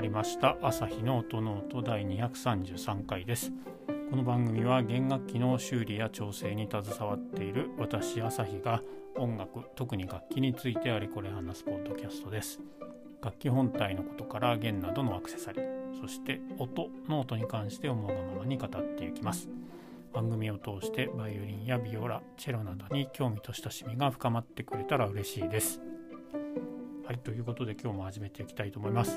りました朝日ノートノート第233回です。この番組は弦楽器の修理や調整に携わっている私朝日が音楽、特に楽器についてあれこれ話すポッドキャストです。楽器本体のことから弦などのアクセサリー、そして音に関して思うがままに語っていきます。番組を通してバイオリンやビオラ、チェロなどに興味と親しみが深まってくれたら嬉しいです。はい、ということで今日も始めていきたいと思います。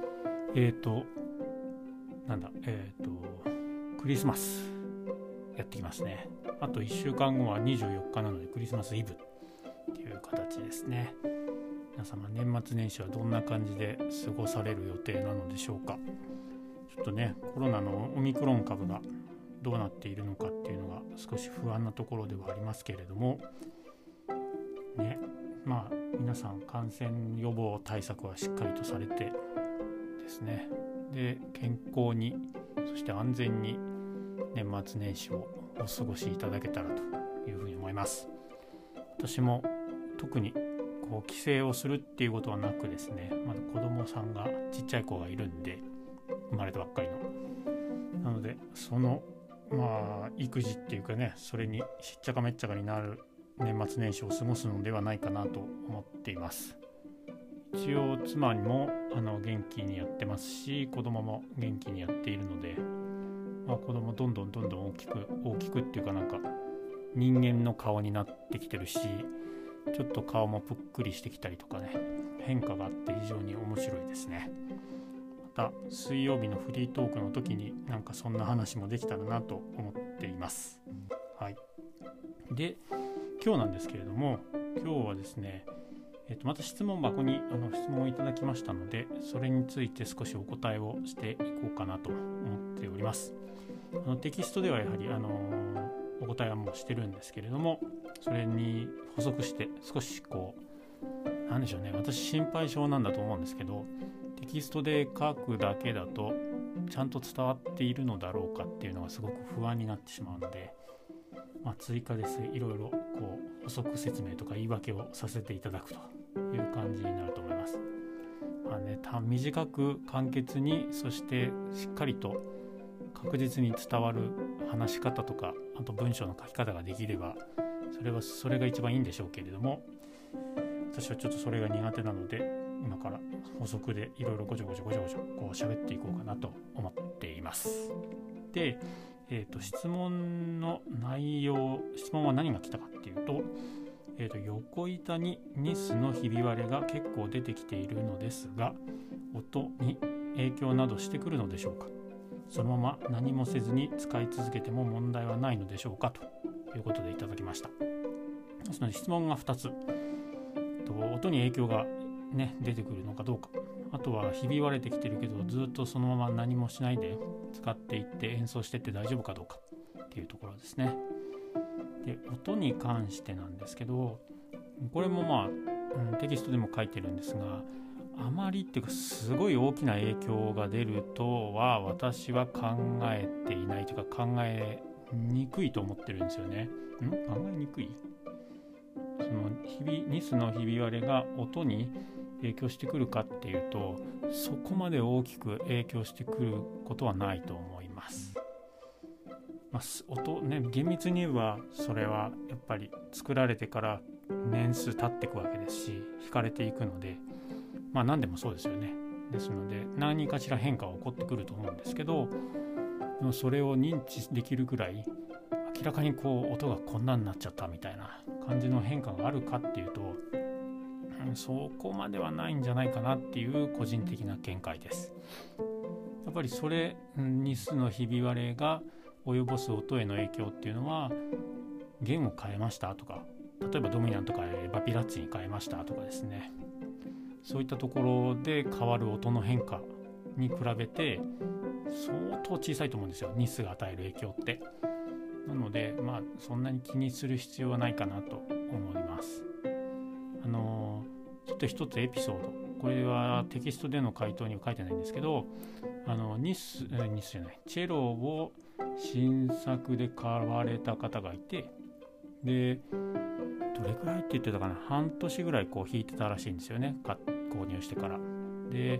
クリスマスやってきますね。あと1週間後は24日なのでクリスマスイブっていう形ですね。皆様年末年始はどんな感じで過ごされる予定なのでしょうか。ちょっとね、コロナのオミクロン株がどうなっているのかっていうのが少し不安なところではありますけれどもね、皆さん感染予防対策はしっかりとされてですね、で健康にそして安全に年末年始をお過ごしいただけたらというふうに思います。私も特に帰省をするっていうことはなくですね、まだ子供さんがちっちゃい子がいるんで、生まれたばっかりのなので、その育児っていうかね、それにしっちゃかめっちゃかになる年末年始を過ごすのではないかなと思っています。一応妻にも元気にやってますし、子供も元気にやっているので、子供どんどん大きくっていうか、なんか人間の顔になってきてるし、ちょっと顔もぷっくりしてきたりとかね、変化があって非常に面白いですね。また水曜日のフリートークの時になんかそんな話もできたらなと思っています。はい。で今日なんですけれども、今日はですね、また質問箱に質問をいただきましたので、それについて少しお答えをしていこうかなと思っております。テキストではやはりお答えはもうしてるんですけれども、それに補足して少しなんでしょうね、私心配性なんだと思うんですけど、テキストで書くだけだとちゃんと伝わっているのだろうかっていうのがすごく不安になってしまうので、追加ですいろいろ補足説明とか言い訳をさせていただくという感じになると思います。短く簡潔に、そしてしっかりと確実に伝わる話し方とか、あと文章の書き方ができればそれが一番いいんでしょうけれども、私はちょっとそれが苦手なので、今から補足でいろいろごちょごちょ喋っていこうかなと思っています。で質問の内容、質問は何が来たかっていうと、横板にニスのひび割れが結構出てきているのですが、音に影響などしてくるのでしょうか。そのまま何もせずに使い続けても問題はないのでしょうか、ということでいただきました。その質問が2つ、音に影響が、出てくるのかどうか、あとはひび割れてきてるけどずっとそのまま何もしないで使っていって演奏してって大丈夫かどうかっていうところですね。で音に関してなんですけど、これもテキストでも書いてるんですが、あまりっていうかすごい大きな影響が出るとは私は考えていないというか、考えにくいと思ってるんですよね。考えにくい、そのニスのひび割れが音に影響してくるかっていうと、そこまで大きく影響してくることはないと思います。音ね、厳密に言えばそれはやっぱり作られてから年数経っていくわけですし、弾かれていくので、何でもそうですよね。ですので何かしら変化は起こってくると思うんですけど、でもそれを認知できるぐらい明らかに音がこんなになっちゃったみたいな感じの変化があるかっていうと、そこまではないんじゃないかなっていう個人的な見解です。やっぱりニスのひび割れが及ぼす音への影響っていうのは、弦を変えましたとか、例えばドミナントからバピラッツに変えましたとかですね、そういったところで変わる音の変化に比べて相当小さいと思うんですよ、ニスが与える影響って。なのでそんなに気にする必要はないかなと思います。ちょっと一つエピソード、これはテキストでの回答には書いてないんですけど、チェロを新作で買われた方がいて、でどれくらいって言ってたかな、半年ぐらい弾いてたらしいんですよね、購入してから。で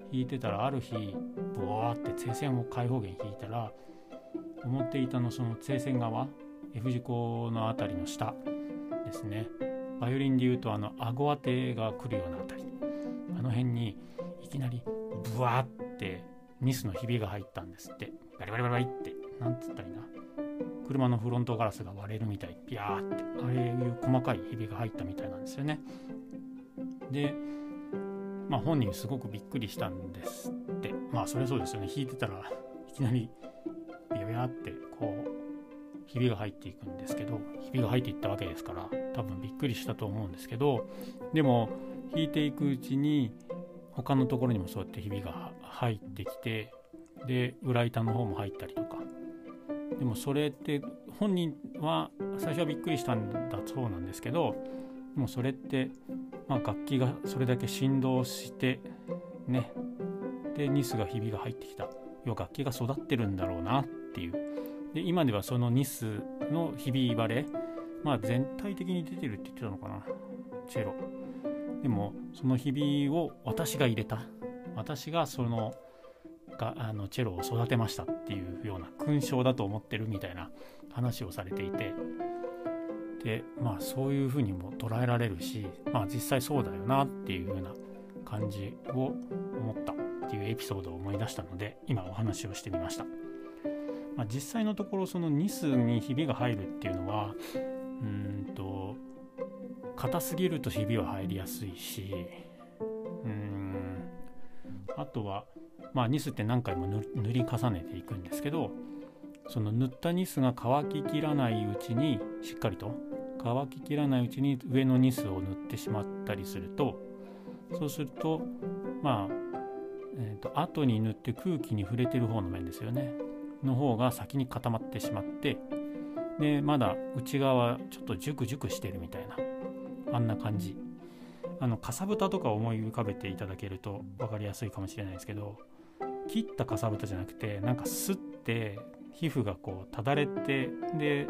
引いてたら、ある日ブワーって正線を開放弦引いたら、表板のその正線側 F 字工のあたりの下ですね、バイオリンでいうと顎当てが来るようなあたり、あの辺にいきなりブワーってニスのひびが入ったんですって。バリバリバリバリって、なんつったらいいな、車のフロントガラスが割れるみたい、ピヤーって、ああいう細かいひびが入ったみたいなんですよね。で、本人すごくびっくりしたんですって。それそうですよね。弾いてたらいきなりビヤビヤってこうひびが入っていくんですけど、ひびが入っていったわけですから、多分びっくりしたと思うんですけど、でも弾いていくうちに他のところにもそうやってひびが入ってきて、で裏板の方も入ったりとか。でもそれって本人は最初はびっくりしたんだそうなんですけど、もうそれって楽器がそれだけ振動してね、でニスがひびが入ってきた、要は楽器が育ってるんだろうなっていう。で今ではそのニスのひび割れ、全体的に出てるって言ってたのかな、チェロ。でもそのひびを私が入れた、私がそのチェロを育てましたっていうような勲章だと思ってるみたいな話をされていて、でそういうふうにも捉えられるし、実際そうだよなっていう風な感じを思ったっていうエピソードを思い出したので、今お話をしてみました。実際のところそのニスにひびが入るっていうのは硬すぎるとひびは入りやすいし、あとはニスって何回も塗り重ねていくんですけど、その塗ったニスが乾ききらないうちに、しっかりと乾ききらないうちに上のニスを塗ってしまったりすると、そうすると後に塗って空気に触れてる方の面ですよねの方が先に固まってしまって、でまだ内側ちょっとジュクジュクしてるみたいな、あんな感じ。かさぶたとか思い浮かべていただけると分かりやすいかもしれないですけど、切ったかさぶたじゃなくて、なんかすって皮膚がこうただれて、で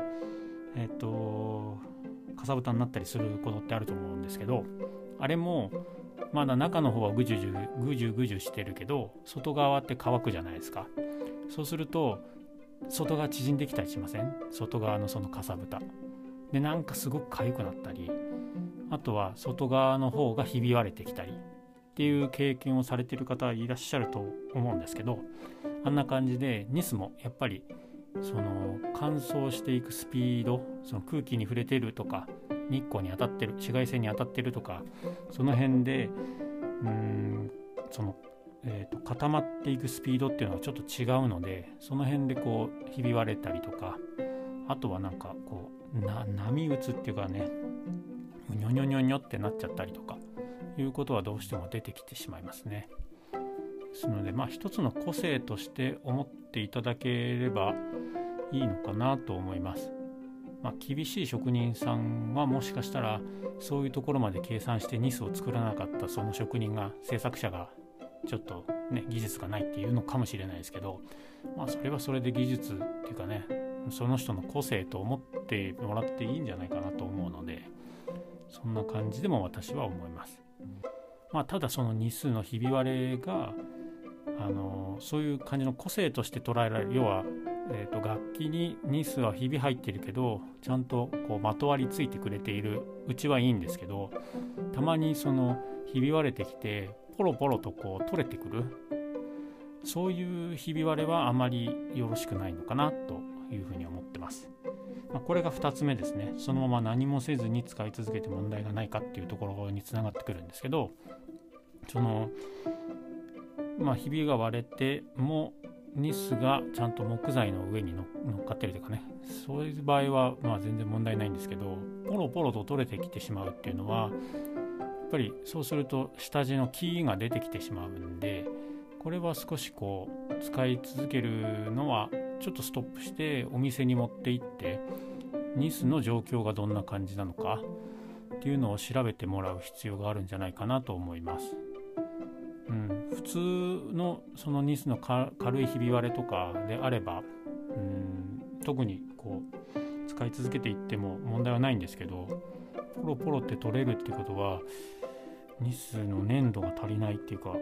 かさぶたになったりすることってあると思うんですけど、あれもまだ中の方はぐじゅぐじゅしてるけど、外側って乾くじゃないですか。そうすると外側縮んできたりしません？外側のそのかさぶたで、なんかすごく痒くなったり、あとは外側の方がひび割れてきたりっていう経験をされている方いらっしゃると思うんですけど、あんな感じでニスもやっぱりその乾燥していくスピード、その空気に触れてるとか日光に当たってる、紫外線に当たってるとか、その辺でその固まっていくスピードっていうのはちょっと違うので、その辺でこうひび割れたりとか、あとはなんかこう波打つっていうかね、ニョニョニョニョってなっちゃったりとかいうことはどうしても出てきてしまいますね。ですので一つの個性として思っていただければいいのかなと思います。厳しい職人さんはもしかしたらそういうところまで計算してニスを作らなかったその職人が、制作者がちょっとね技術がないっていうのかもしれないですけど、それはそれで技術っていうかね、その人の個性と思ってもらっていいんじゃないかなと思うので、そんな感じでも私は思います。ただそのニスのひび割れがそういう感じの個性として捉えられる、要は、楽器にニスはひび入ってるけどちゃんとこうまとわりついてくれているうちはいいんですけど、たまにそのひび割れてきてポロポロとこう取れてくる、そういうひび割れはあまりよろしくないのかなというふうに思ってます。これが2つ目ですね。そのまま何もせずに使い続けて問題がないかっていうところにつながってくるんですけど、そのひびが割れてもニスがちゃんと木材の上に乗っかってるというかね、そういう場合は全然問題ないんですけど、ポロポロと取れてきてしまうっていうのはやっぱりそうすると下地の木が出てきてしまうんで、これは少しこう使い続けるのはちょっとストップしてお店に持って行ってニスの状況がどんな感じなのかっていうのを調べてもらう必要があるんじゃないかなと思います。普通のそのニスの軽いひび割れとかであれば特にこう使い続けていっても問題はないんですけど、ポロポロって取れるっていうことはニスの粘度が足りないっていうか、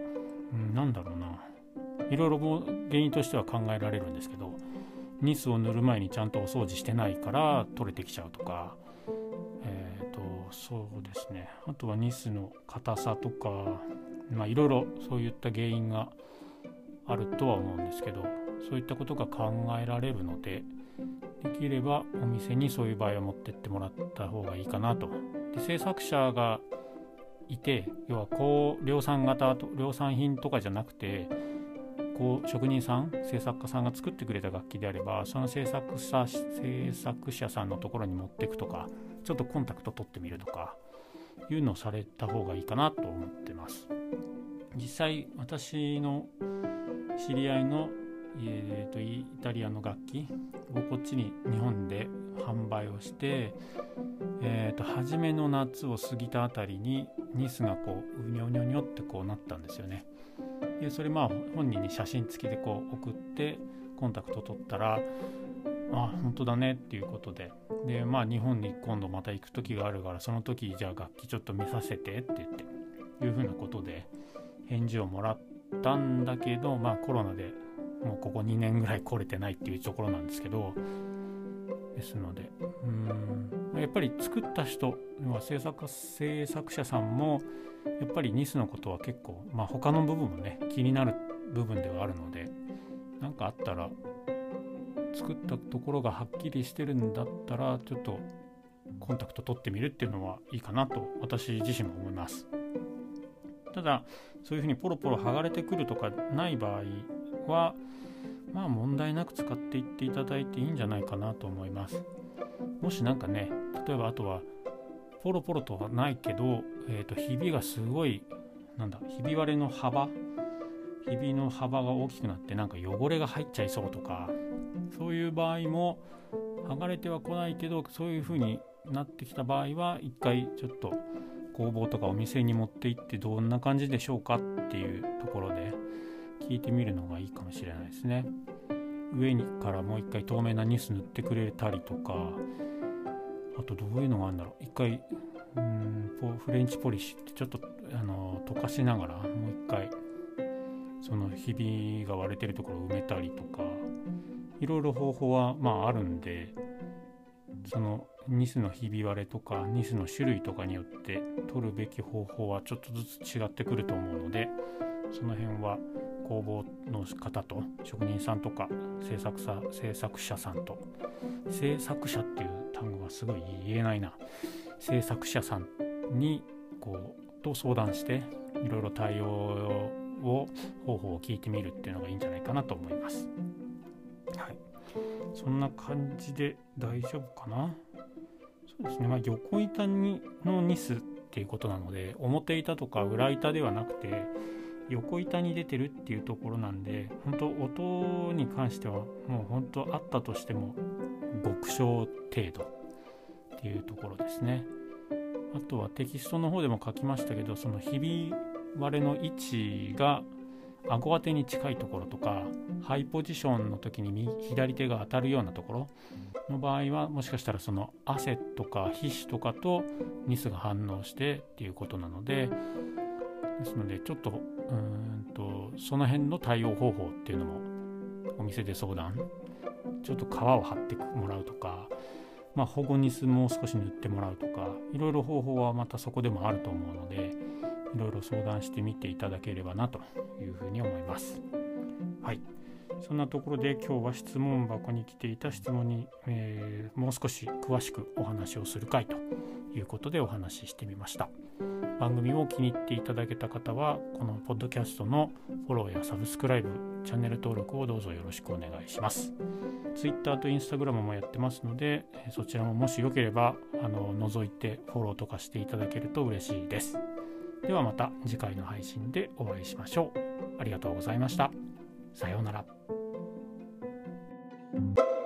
なんだろうな、いろいろ原因としては考えられるんですけど、ニスを塗る前にちゃんとお掃除してないから取れてきちゃうとか、そうですね、あとはニスの硬さとか、いろいろそういった原因があるとは思うんですけど、そういったことが考えられるので、できればお店にそういう場合は持ってってもらった方がいいかなと。で、制作者がいて、要は量産型と量産品とかじゃなくて、職人さん、制作家さんが作ってくれた楽器であれば、その制作者さんのところに持っていくとか、ちょっとコンタクト取ってみるとかいうのをされた方がいいかなと思ってます。実際私の知り合いの、イタリアの楽器をこっちに日本で販売をして、初めの夏を過ぎたあたりにニスがうにょにょにょってなったんですよね。でそれ本人に写真付きで送ってコンタクト取ったら、本当だねっていうことで、日本に今度また行く時があるから、その時じゃあ楽器ちょっと見させてって言っていうふうなことで返事をもらったんだけど、コロナでもうここ2年ぐらい来れてないっていうところなんですけど、ですのでやっぱり作った人は制作者さんもやっぱりニスのことは結構、他の部分もね気になる部分ではあるので、何かあったら作ったところがはっきりしてるんだったらちょっとコンタクト取ってみるっていうのはいいかなと私自身も思います。ただそういうふうにポロポロ剥がれてくるとかない場合は問題なく使っていっていただいていいんじゃないかなと思います。もしなんかね、例えばあとはポロポロとはないけど、ひびがすごいひび割れの幅が大きくなってなんか汚れが入っちゃいそうとか、そういう場合も剥がれてはこないけど、そういう風になってきた場合は一回ちょっと工房とかお店に持って行ってどんな感じでしょうかっていうところで聞いてみるのがいいかもしれないですね。上にからもう一回透明なニス塗ってくれたりとか、あとどういうのがあるんだろう、一回フレンチポリッシュってちょっと溶かしながらもう一回そのひびが割れてるところを埋めたりとか、いろいろ方法はあるんで、そのニスのひび割れとかニスの種類とかによって取るべき方法はちょっとずつ違ってくると思うので、その辺は工房の方と職人さんとか制作者さんと、制作者っていう単語がすごい言えないな、制作者さんにと相談していろいろ対応方法を聞いてみるっていうのがいいんじゃないかなと思います。はい、そんな感じで大丈夫かな。そうですね、横板のニスっていうことなので、表板とか裏板ではなくて横板に出てるっていうところなんで、本当音に関してはもう本当あったとしても極小程度っていうところですね。あとはテキストの方でも書きましたけど、そのひび割れの位置が顎当てに近いところとか、ハイポジションの時に左手が当たるようなところの場合は、もしかしたらその汗とか皮脂とかとニスが反応してっていうことなので、ですのでちょっとその辺の対応方法っていうのもお店で相談、ちょっと皮を貼ってもらうとか、保護ニスもう少し塗ってもらうとか、いろいろ方法はまたそこでもあると思うので、いろいろ相談してみていただければなというふうに思います。はい、そんなところで今日は質問箱に来ていた質問に、もう少し詳しくお話をする回ということでお話ししてみました。番組を気に入っていただけた方は、このポッドキャストのフォローやサブスクライブ、チャンネル登録をどうぞよろしくお願いします。Twitter と Instagram もやってますので、そちらももしよければ覗いてフォローとかしていただけると嬉しいです。ではまた次回の配信でお会いしましょう。ありがとうございました。さようなら。